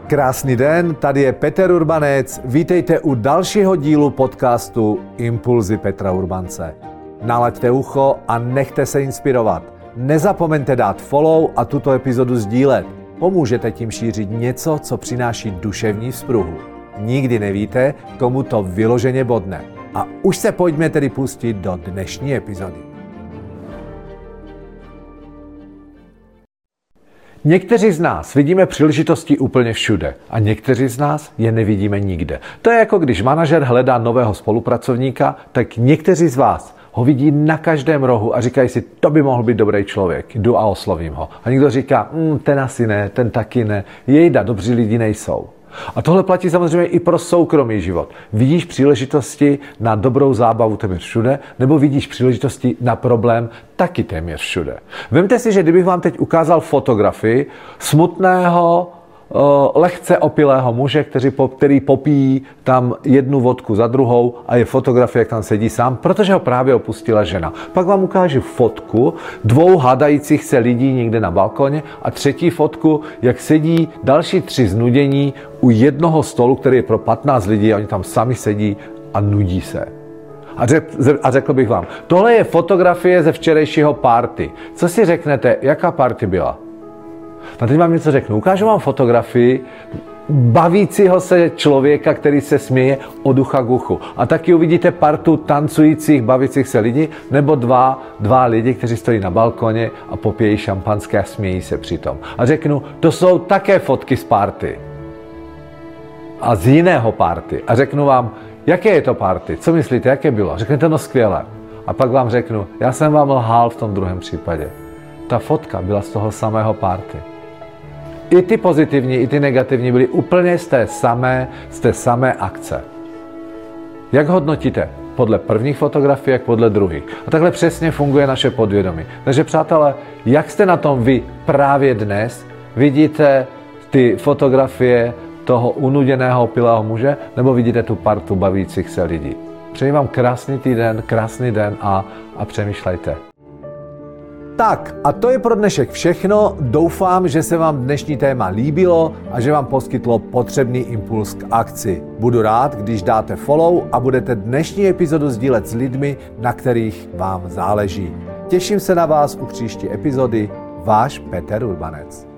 Krásný den, tady je Petr Urbanec. Vítejte u dalšího dílu podcastu Impulzy Petra Urbance. Nalaďte ucho a nechte se inspirovat. Nezapomeňte dát follow a tuto epizodu sdílet. Pomůžete tím šířit něco, co přináší duševní vzpruhu. Nikdy nevíte, komu to vyloženě bodne. A už se pojďme tedy pustit do dnešní epizody. Někteří z nás vidíme příležitosti úplně všude a někteří z nás je nevidíme nikde. To je jako když manažer hledá nového spolupracovníka, tak někteří z vás ho vidí na každém rohu a říkají si, to by mohl být dobrý člověk, jdu a oslovím ho. A někdo říká, ten asi ne, ten taky ne, jejda, dobří lidi nejsou. A tohle platí samozřejmě i pro soukromý život. Vidíš příležitosti na dobrou zábavu téměř všude, nebo vidíš příležitosti na problém taky téměř všude. Vemte si, že kdybych vám teď ukázal fotografii smutného, lehce opilého muže, který popíjí tam jednu vodku za druhou a je fotografie, jak tam sedí sám, protože ho právě opustila žena. Pak vám ukážu fotku dvou hádajících se lidí někde na balkoně a třetí fotku, jak sedí další tři znudění u jednoho stolu, který je pro 15 lidí a oni tam sami sedí a nudí se. A řekl bych vám, tohle je fotografie ze včerejšího party. Co si řeknete, jaká party byla? A teď vám něco řeknu. Ukážu vám fotografii bavícího se člověka, který se směje od ucha k uchu. A taky uvidíte partu tancujících, bavících se lidí, nebo dva lidi, kteří stojí na balkoně a popíjejí šampanské a smějí se přitom. A řeknu, to jsou také fotky z party. A z jiného party. A řeknu vám, jaké je to party? Co myslíte, jaké bylo? Řeknete, no skvěle. A pak vám řeknu, já jsem vám lhal v tom druhém případě. Ta fotka byla z toho samého party. I ty pozitivní, i ty negativní byly úplně z té samé akce. Jak hodnotíte? Podle prvních fotografií, jak podle druhých. A takhle přesně funguje naše podvědomí. Takže přátelé, jak jste na tom vy právě dnes? Vidíte ty fotografie toho unuděného opilého muže, nebo vidíte tu partu bavících se lidí? Přeji vám krásný den a přemýšlejte. Tak a to je pro dnešek všechno. Doufám, že se vám dnešní téma líbilo a že vám poskytlo potřebný impuls k akci. Budu rád, když dáte follow a budete dnešní epizodu sdílet s lidmi, na kterých vám záleží. Těším se na vás u příští epizody. Váš Petr Urbanec.